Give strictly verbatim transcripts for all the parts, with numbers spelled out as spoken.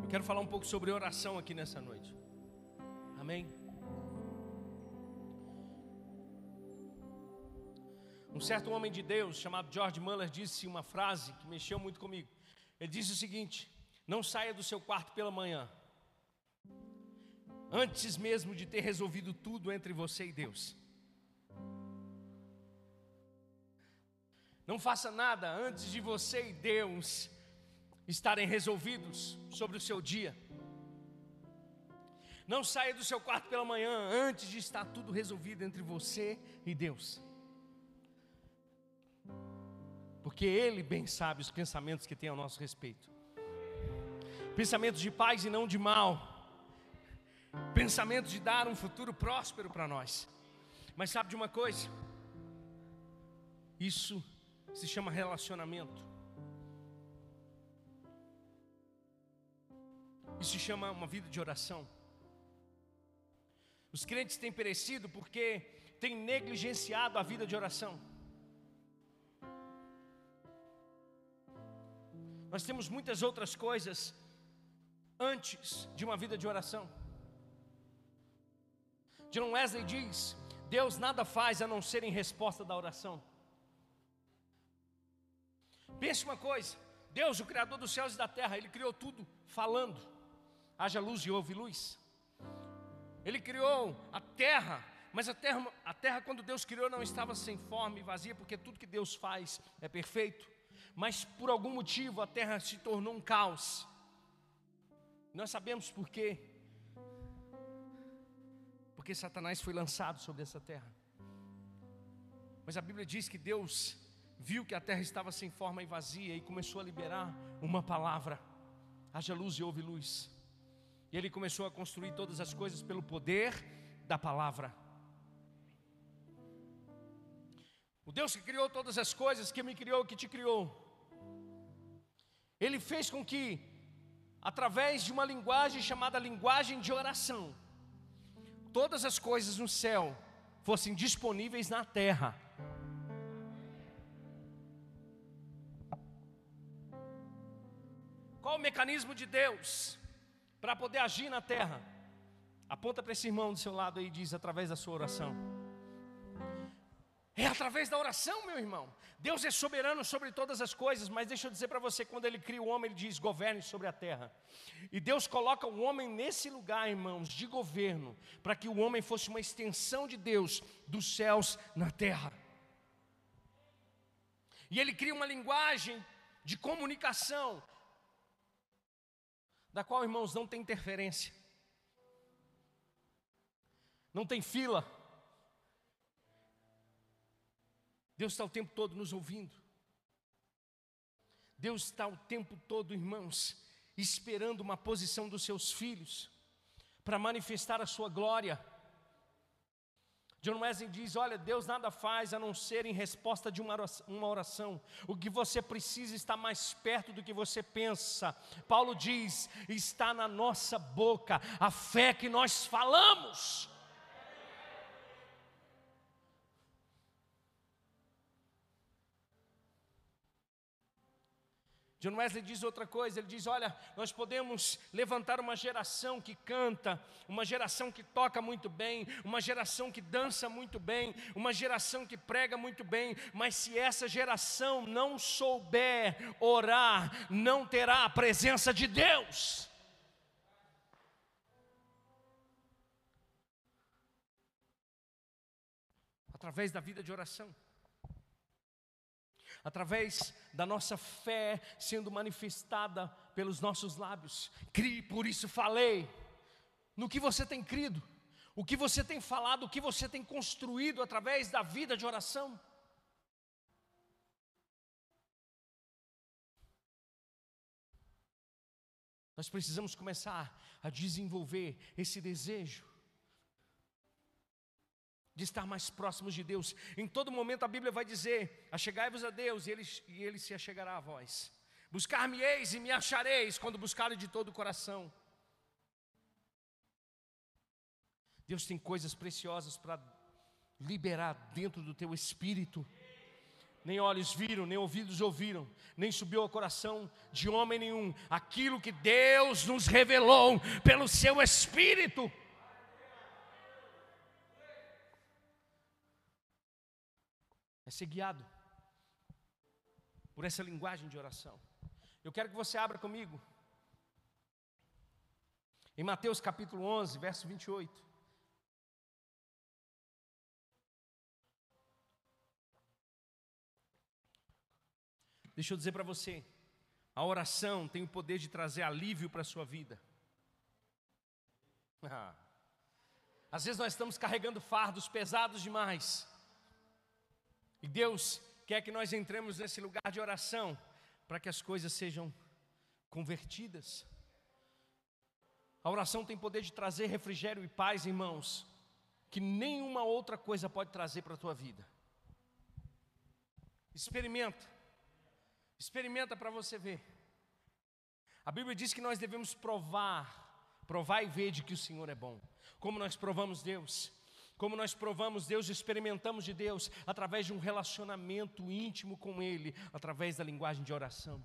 Quero falar um pouco sobre oração aqui nessa noite. Amém? Um certo homem de Deus chamado George Muller disse uma frase que mexeu muito comigo. Ele disse o seguinte: não saia do seu quarto pela manhã antes mesmo de ter resolvido tudo entre você e Deus. Não faça nada antes de você e Deus estarem resolvidos sobre o seu dia. Não saia do seu quarto pela manhã antes de estar tudo resolvido entre você e Deus. Porque Ele bem sabe os pensamentos que tem ao nosso respeito. Pensamentos de paz e não de mal. Pensamentos de dar um futuro próspero para nós. Mas sabe de uma coisa? Isso se chama relacionamento. Isso se chama uma vida de oração. Os crentes têm perecido porque têm negligenciado a vida de oração. Nós temos muitas outras coisas antes de uma vida de oração. John Wesley diz: Deus nada faz a não ser em resposta da oração. Pense uma coisa: Deus, o Criador dos céus e da terra, Ele criou tudo falando. Haja luz e houve luz. Ele criou a terra, mas a terra, a terra quando Deus criou não estava sem forma e vazia, porque tudo que Deus faz é perfeito. Mas por algum motivo a terra se tornou um caos. Nós sabemos por quê. Porque Satanás foi lançado sobre essa terra. Mas a Bíblia diz que Deus viu que a terra estava sem forma e vazia e começou a liberar uma palavra: haja luz e houve luz. E Ele começou a construir todas as coisas pelo poder da palavra. O Deus que criou todas as coisas, que me criou, que te criou, Ele fez com que, através de uma linguagem chamada linguagem de oração, todas as coisas no céu fossem disponíveis na terra. Qual o mecanismo de Deus para poder agir na terra? Aponta para esse irmão do seu lado aí e diz: através da sua oração. É através da oração, meu irmão. Deus é soberano sobre todas as coisas, mas deixa eu dizer para você, quando Ele cria o homem, Ele diz: governe sobre a terra. E Deus coloca o homem nesse lugar, irmãos, de governo, para que o homem fosse uma extensão de Deus, dos céus na terra. E Ele cria uma linguagem de comunicação, da qual, irmãos, não tem interferência, não tem fila. Deus está o tempo todo nos ouvindo. Deus está o tempo todo, irmãos, esperando uma posição dos seus filhos para manifestar a sua glória. John Wesley diz: olha, Deus nada faz a não ser em resposta de uma oração. O que você precisa está mais perto do que você pensa. Paulo diz: está na nossa boca a fé que nós falamos. John Wesley diz outra coisa, ele diz: olha, nós podemos levantar uma geração que canta, uma geração que toca muito bem, uma geração que dança muito bem, uma geração que prega muito bem, mas se essa geração não souber orar, não terá a presença de Deus. Através da vida de oração, através da nossa fé sendo manifestada pelos nossos lábios. Crie, por isso falei. No que você tem crido, o que você tem falado, o que você tem construído através da vida de oração. Nós precisamos começar a desenvolver esse desejo de estar mais próximos de Deus. Em todo momento a Bíblia vai dizer: achegai-vos a Deus e ele, e ele se achegará a vós. Buscar-me-eis e me achareis quando buscarem de todo o coração. Deus tem coisas preciosas para liberar dentro do teu espírito. nem olhos viram, nem ouvidos ouviram, nem subiu ao coração de homem nenhum, aquilo que Deus nos revelou pelo seu Espírito. É ser guiado por essa linguagem de oração. Eu quero que você abra comigo em Mateus capítulo onze, verso vinte e oito. Deixa eu dizer para você, a oração tem o poder de trazer alívio para a sua vida. Ah. Às vezes nós estamos carregando fardos pesados demais. E Deus quer que nós entremos nesse lugar de oração para que as coisas sejam convertidas. A oração tem poder de trazer refrigério e paz, irmãos, que nenhuma outra coisa pode trazer para a tua vida. Experimenta. Experimenta para você ver. A Bíblia diz que nós devemos provar, provar e ver de que o Senhor é bom. Como nós provamos Deus? Como nós provamos Deus, experimentamos de Deus através de um relacionamento íntimo com Ele, através da linguagem de oração.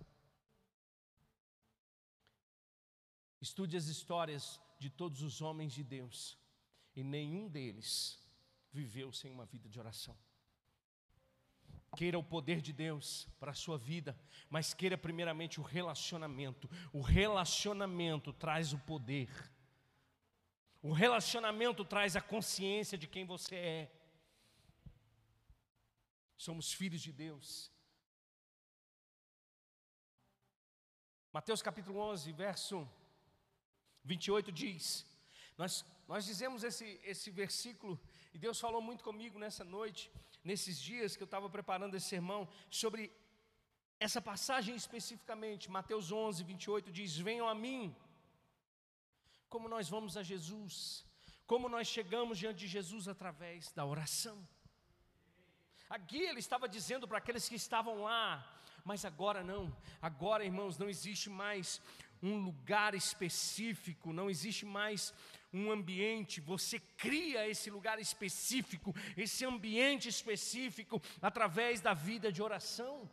Estude as histórias de todos os homens de Deus, e nenhum deles viveu sem uma vida de oração. Queira o poder de Deus para a sua vida, mas queira primeiramente o relacionamento. O relacionamento traz o poder. O relacionamento traz a consciência de quem você é. Somos filhos de Deus. Mateus capítulo onze, verso vinte e oito diz, nós, nós dizemos esse, esse versículo, e Deus falou muito comigo nessa noite, nesses dias que eu estava preparando esse sermão, sobre essa passagem especificamente. Mateus onze, vinte e oito diz, venham a mim. Como nós vamos a Jesus, como nós chegamos diante de Jesus através da oração. Aqui ele estava dizendo para aqueles que estavam lá, mas agora não, agora, irmãos, não existe mais um lugar específico, não existe mais um ambiente, você cria esse lugar específico, esse ambiente específico, através da vida de oração.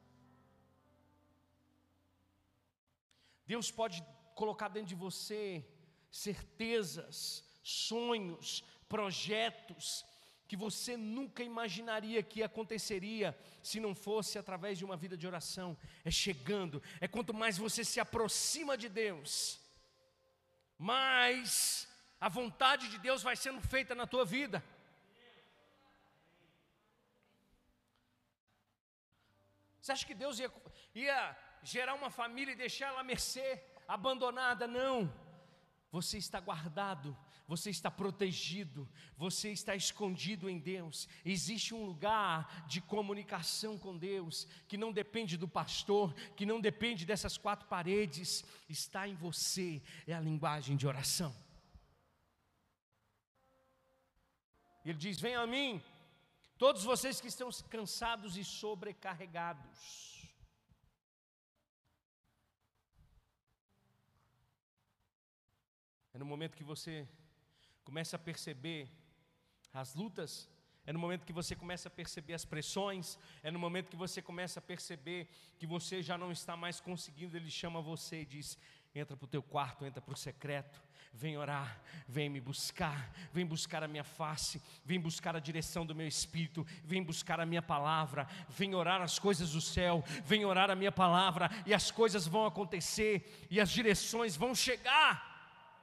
Deus pode colocar dentro de você certezas, sonhos, projetos que você nunca imaginaria que aconteceria se não fosse através de uma vida de oração. É chegando, é quanto mais você se aproxima de Deus, mais a vontade de Deus vai sendo feita na tua vida. Você acha que Deus ia, ia gerar uma família e deixar ela à mercê, abandonada? Não. Você está guardado, você está protegido, você está escondido em Deus. Existe um lugar de comunicação com Deus, que não depende do pastor, que não depende dessas quatro paredes, está em você, é a linguagem de oração. Ele diz, venham a mim, todos vocês que estão cansados e sobrecarregados. É no momento que você começa a perceber as lutas, é no momento que você começa a perceber as pressões, é no momento que você começa a perceber que você já não está mais conseguindo. Ele chama você e diz, entra para o teu quarto, entra para o secreto, vem orar, vem me buscar, vem buscar a minha face, vem buscar a direção do meu espírito, vem buscar a minha palavra, vem orar as coisas do céu, vem orar a minha palavra, e as coisas vão acontecer, e as direções vão chegar.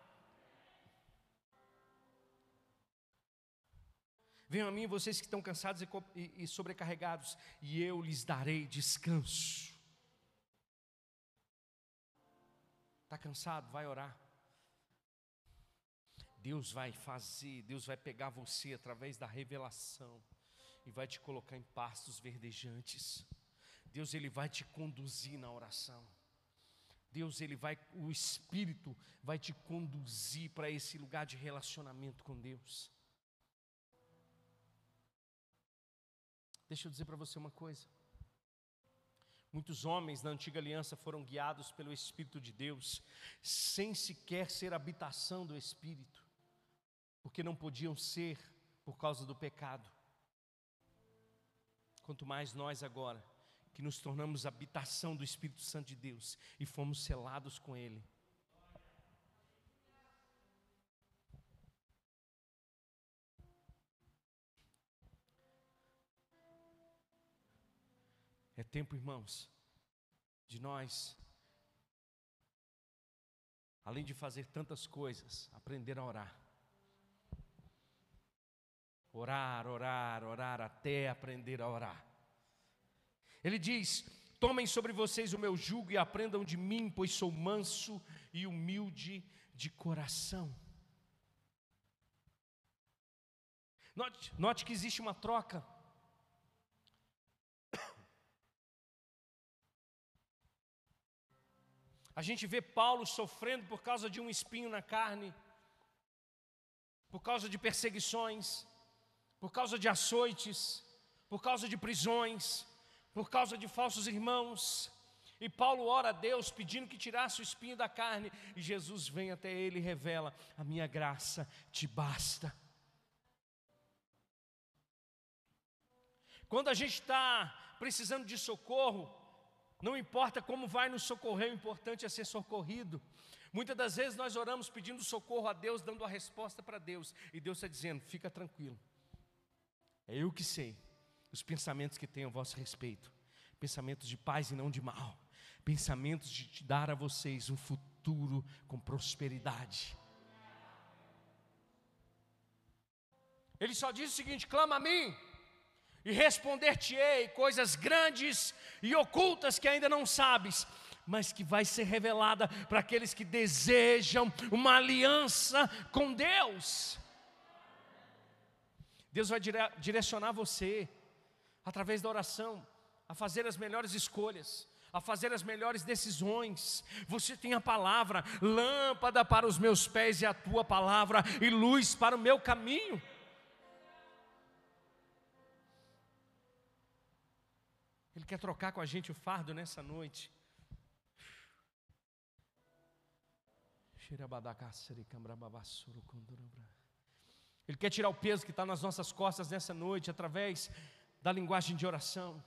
Venham a mim vocês que estão cansados e sobrecarregados, e eu lhes darei descanso. Está cansado? Vai orar. Deus vai fazer, Deus vai pegar você através da revelação e vai te colocar em pastos verdejantes. Deus, Ele vai te conduzir na oração. Deus, Ele vai, o Espírito vai te conduzir para esse lugar de relacionamento com Deus. Deixa eu dizer para você uma coisa. Muitos homens na antiga aliança foram guiados pelo Espírito de Deus, sem sequer ser habitação do Espírito, porque não podiam ser por causa do pecado. Quanto mais nós agora, que nos tornamos habitação do Espírito Santo de Deus e fomos selados com Ele. É tempo, irmãos, de nós, além de fazer tantas coisas, aprender a orar. Orar, orar, orar, até aprender a orar. Ele diz: tomem sobre vocês o meu jugo e aprendam de mim, pois sou manso e humilde de coração. Note, note que existe uma troca. A gente vê Paulo sofrendo por causa de um espinho na carne, por causa de perseguições, por causa de açoites, por causa de prisões, por causa de falsos irmãos. E Paulo ora a Deus pedindo que tirasse o espinho da carne, e Jesus vem até ele e revela: a minha graça te basta. Quando a gente está precisando de socorro, não importa como vai nos socorrer, o importante é ser socorrido. Muitas das vezes nós oramos pedindo socorro a Deus, dando a resposta para Deus, e Deus está dizendo: fica tranquilo, é eu que sei os pensamentos que tenho a vosso respeito, pensamentos de paz e não de mal, pensamentos de te dar a vocês um futuro com prosperidade. Ele só diz o seguinte: clama a mim, e responder-te-ei coisas grandes e ocultas que ainda não sabes, mas que vai ser revelada para aqueles que desejam uma aliança com Deus. Deus vai dire- direcionar você, através da oração, a fazer as melhores escolhas, a fazer as melhores decisões. Você tem a palavra, lâmpada para os meus pés e a tua palavra, e luz para o meu caminho. Ele quer trocar com a gente o fardo nessa noite. Ele quer tirar o peso que está nas nossas costas nessa noite, através da linguagem de oração.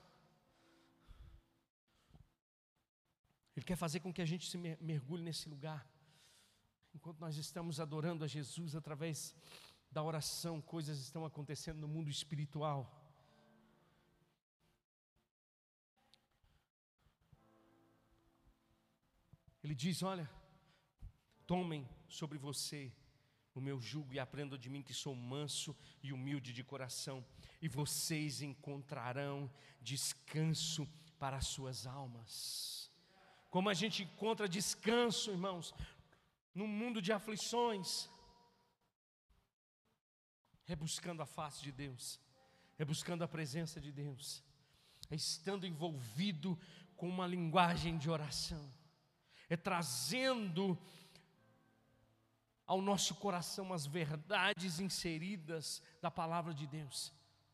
Ele quer fazer com que a gente se mergulhe nesse lugar. Enquanto nós estamos adorando a Jesus através da oração, coisas estão acontecendo no mundo espiritual. Ele diz: olha, tomem sobre você o meu jugo e aprendam de mim, que sou manso e humilde de coração, e vocês encontrarão descanso para as suas almas. Como a gente encontra descanso, irmãos, num mundo de aflições? É buscando a face de Deus, é buscando a presença de Deus, é estando envolvido com uma linguagem de oração, é trazendo ao nosso coração as verdades inseridas da palavra de Deus.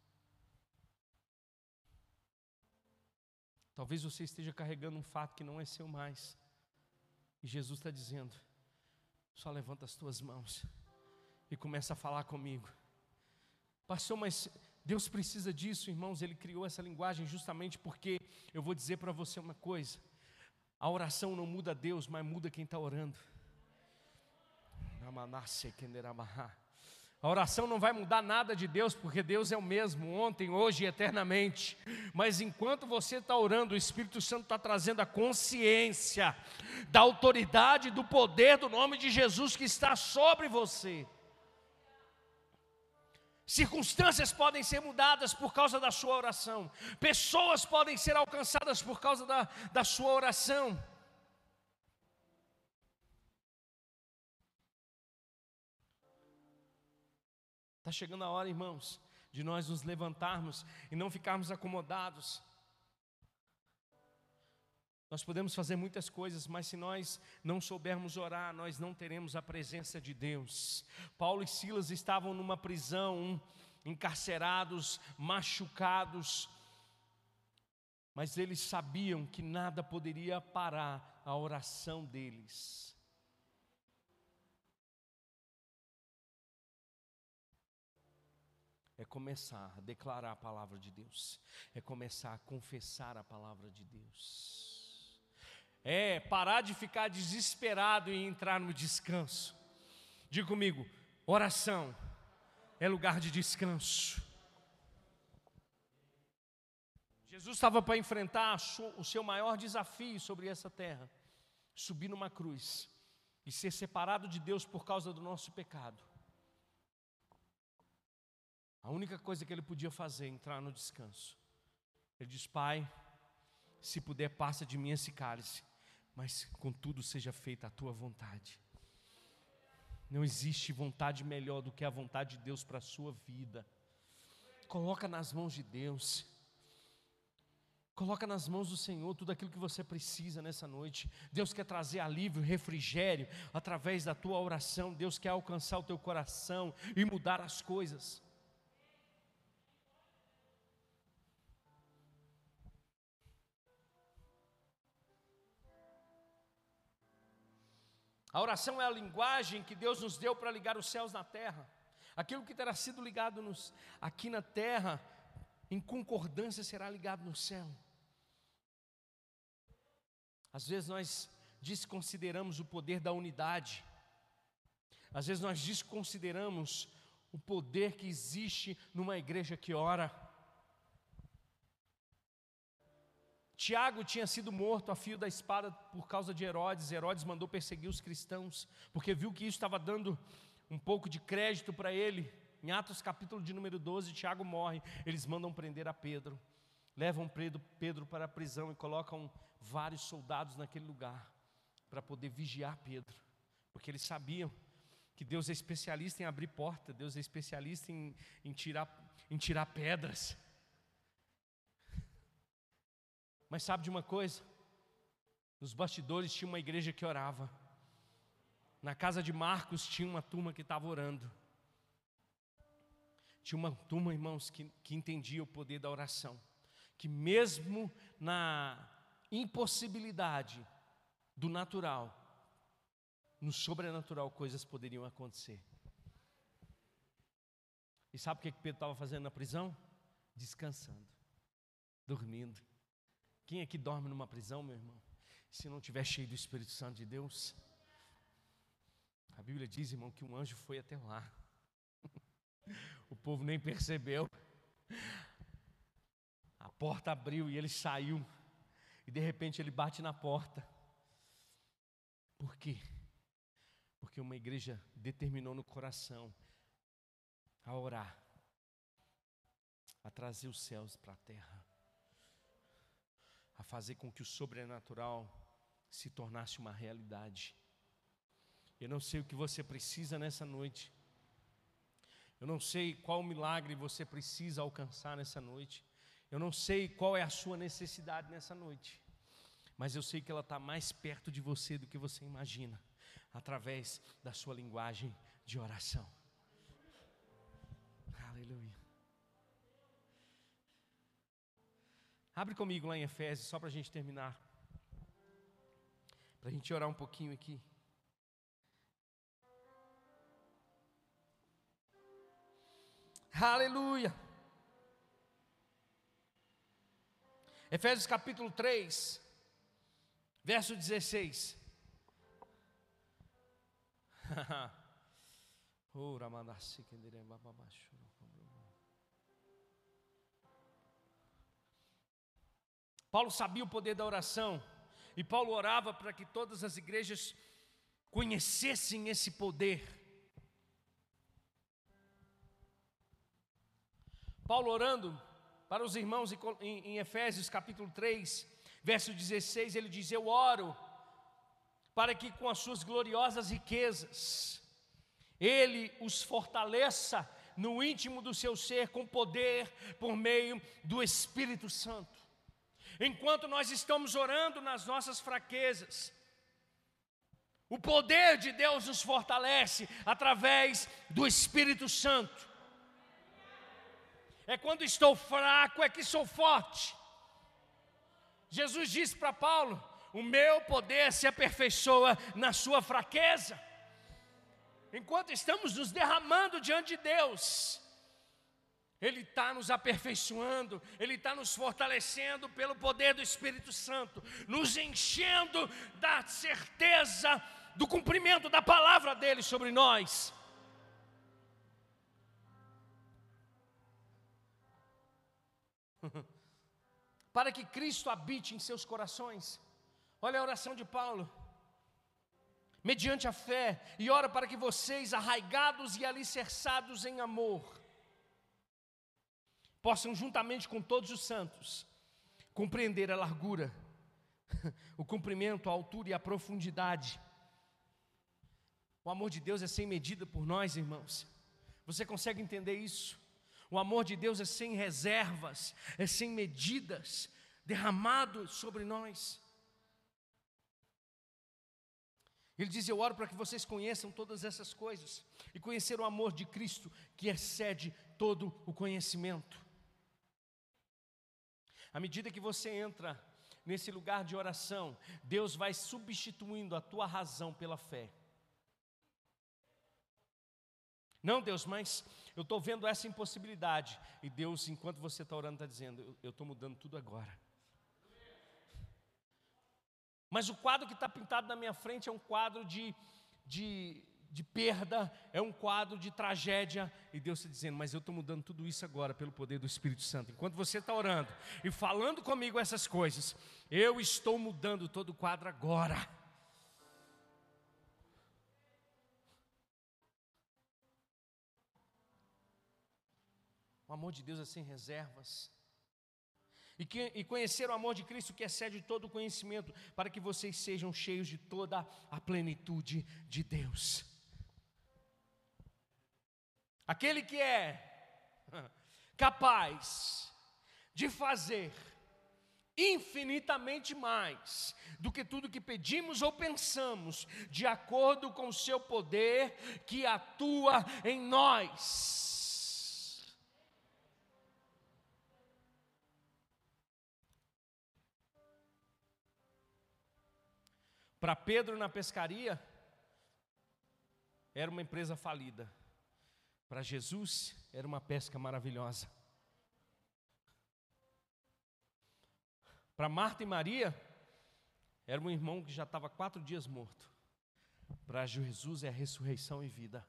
Talvez você esteja carregando um fato que não é seu mais, e Jesus está dizendo: só levanta as tuas mãos e começa a falar comigo. Pastor, mas Deus precisa disso, irmãos? Ele criou essa linguagem justamente porque, eu vou dizer para você uma coisa: a oração não muda Deus, mas muda quem está orando. A oração não vai mudar nada de Deus, porque Deus é o mesmo, ontem, hoje e eternamente. Mas enquanto você está orando, o Espírito Santo está trazendo a consciência da autoridade, do poder do nome de Jesus que está sobre você. Circunstâncias podem ser mudadas por causa da sua oração. Pessoas podem ser alcançadas por causa da, da sua oração. Está chegando a hora, irmãos, de nós nos levantarmos e não ficarmos acomodados. Nós podemos fazer muitas coisas, mas se nós não soubermos orar, nós não teremos a presença de Deus. Paulo e Silas estavam numa prisão, encarcerados, machucados, mas eles sabiam que nada poderia parar a oração deles. é começar a declarar a palavra de Deus, é começar a confessar a palavra de Deus, é parar de ficar desesperado e entrar no descanso. Diga comigo, oração é lugar de descanso. Jesus estava para enfrentar o seu maior desafio sobre essa terra, subir numa cruz e ser separado de Deus por causa do nosso pecado. A única coisa que ele podia fazer é entrar no descanso. Ele diz: Pai, se puder, passa de mim esse cálice, mas contudo seja feita a tua vontade. Não existe vontade melhor do que a vontade de Deus para a sua vida. Coloca nas mãos de Deus. Coloca nas mãos do Senhor tudo aquilo que você precisa nessa noite. Deus quer trazer alívio, refrigério através da tua oração. Deus quer alcançar o teu coração e mudar as coisas. A oração é a linguagem que Deus nos deu para ligar os céus na terra. Aquilo que terá sido ligado nos, aqui na terra, em concordância, será ligado no céu. Às vezes nós desconsideramos o poder da unidade. Às vezes nós desconsideramos o poder que existe numa igreja que ora. Tiago tinha sido morto a fio da espada por causa de Herodes. Herodes mandou perseguir os cristãos, porque viu que isso estava dando um pouco de crédito para ele. Em Atos capítulo de número doze, Tiago morre. Eles mandam prender a Pedro, levam Pedro, Pedro para a prisão e colocam vários soldados naquele lugar para poder vigiar Pedro, porque eles sabiam que Deus é especialista em abrir porta, Deus é especialista em, em, tirar, em tirar pedras. Mas sabe de uma coisa? Nos bastidores tinha uma igreja que orava. Na casa de Marcos tinha uma turma que estava orando. Tinha uma turma, irmãos, que, que entendia o poder da oração. Que mesmo na impossibilidade do natural, no sobrenatural coisas poderiam acontecer. E sabe o que Pedro estava fazendo na prisão? Descansando, dormindo. Quem aqui dorme numa prisão, meu irmão? Se não estiver cheio do Espírito Santo de Deus. A Bíblia diz, irmão, que um anjo foi até lá. O povo nem percebeu. A porta abriu e ele saiu. E de repente ele bate na porta. Por quê? Porque uma igreja determinou no coração a orar, a trazer os céus para a terra, a fazer com que o sobrenatural se tornasse uma realidade. Eu não sei o que você precisa nessa noite. Eu não sei qual milagre você precisa alcançar nessa noite. Eu não sei qual é a sua necessidade nessa noite. Mas eu sei que ela está mais perto de você do que você imagina, através da sua linguagem de oração. Aleluia. Abre comigo lá em Efésios, só para a gente terminar. Para a gente orar um pouquinho aqui. Aleluia. Efésios capítulo três, verso dezesseis. Paulo sabia o poder da oração, e Paulo orava para que todas as igrejas conhecessem esse poder. Paulo orando para os irmãos em Efésios capítulo três, verso dezesseis, ele diz: eu oro para que com as suas gloriosas riquezas Ele os fortaleça no íntimo do seu ser com poder por meio do Espírito Santo. Enquanto nós estamos orando nas nossas fraquezas, o poder de Deus nos fortalece através do Espírito Santo. É quando estou fraco é que sou forte. Jesus disse para Paulo: o meu poder se aperfeiçoa na sua fraqueza. Enquanto estamos nos derramando diante de Deus, Ele está nos aperfeiçoando, Ele está nos fortalecendo pelo poder do Espírito Santo, nos enchendo da certeza do cumprimento da palavra dEle sobre nós. Para que Cristo habite em seus corações. Olha a oração de Paulo. Mediante a fé, e ora para que vocês, arraigados e alicerçados em amor, possam juntamente com todos os santos compreender a largura, o comprimento, a altura e a profundidade. O amor de Deus é sem medida por nós, irmãos. Você consegue entender isso? O amor de Deus é sem reservas, é sem medidas, derramado sobre nós. Ele diz: eu oro para que vocês conheçam todas essas coisas e conhecer o amor de Cristo, que excede todo o conhecimento. À medida que você entra nesse lugar de oração, Deus vai substituindo a tua razão pela fé. Não, Deus, mas eu estou vendo essa impossibilidade. E Deus, enquanto você está orando, está dizendo: eu estou mudando tudo agora. Mas o quadro que está pintado na minha frente é um quadro de, de, de perda, é um quadro de tragédia. E Deus está dizendo: mas eu estou mudando tudo isso agora pelo poder do Espírito Santo. Enquanto você está orando e falando comigo essas coisas, eu estou mudando todo o quadro agora. O amor de Deus é sem reservas. E, que, e conhecer o amor de Cristo, que excede todo o conhecimento, para que vocês sejam cheios de toda a plenitude de Deus. Aquele que é capaz de fazer infinitamente mais do que tudo que pedimos ou pensamos, de acordo com o seu poder que atua em nós. Para Pedro na pescaria, era uma empresa falida. Para Jesus, era uma pesca maravilhosa. Para Marta e Maria, era um irmão que já estava quatro dias morto. Para Jesus é a ressurreição e vida.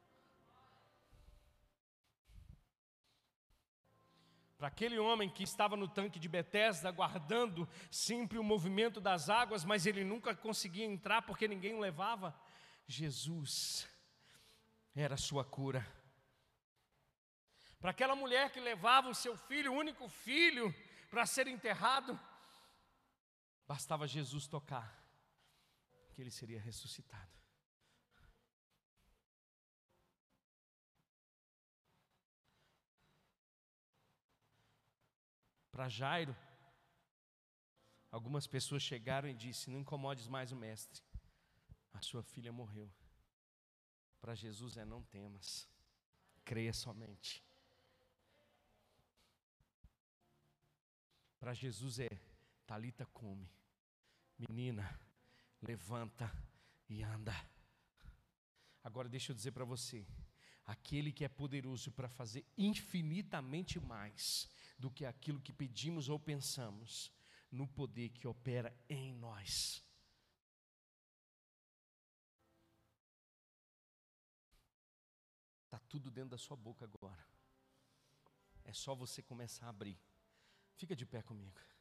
Para aquele homem que estava no tanque de Betesda, aguardando sempre o movimento das águas, mas ele nunca conseguia entrar porque ninguém o levava, Jesus era a sua cura. Para aquela mulher que levava o seu filho, o único filho, para ser enterrado, bastava Jesus tocar, que ele seria ressuscitado. Para Jairo, algumas pessoas chegaram e disseram: não incomodes mais o mestre, a sua filha morreu. Para Jesus é: não temas, creia somente. Para Jesus é: Talita cumi, menina, levanta e anda. Agora deixa eu dizer para você, aquele que é poderoso para fazer infinitamente mais do que aquilo que pedimos ou pensamos, no poder que opera em nós. Está tudo dentro da sua boca agora. É só você começar a abrir. Fica de pé comigo.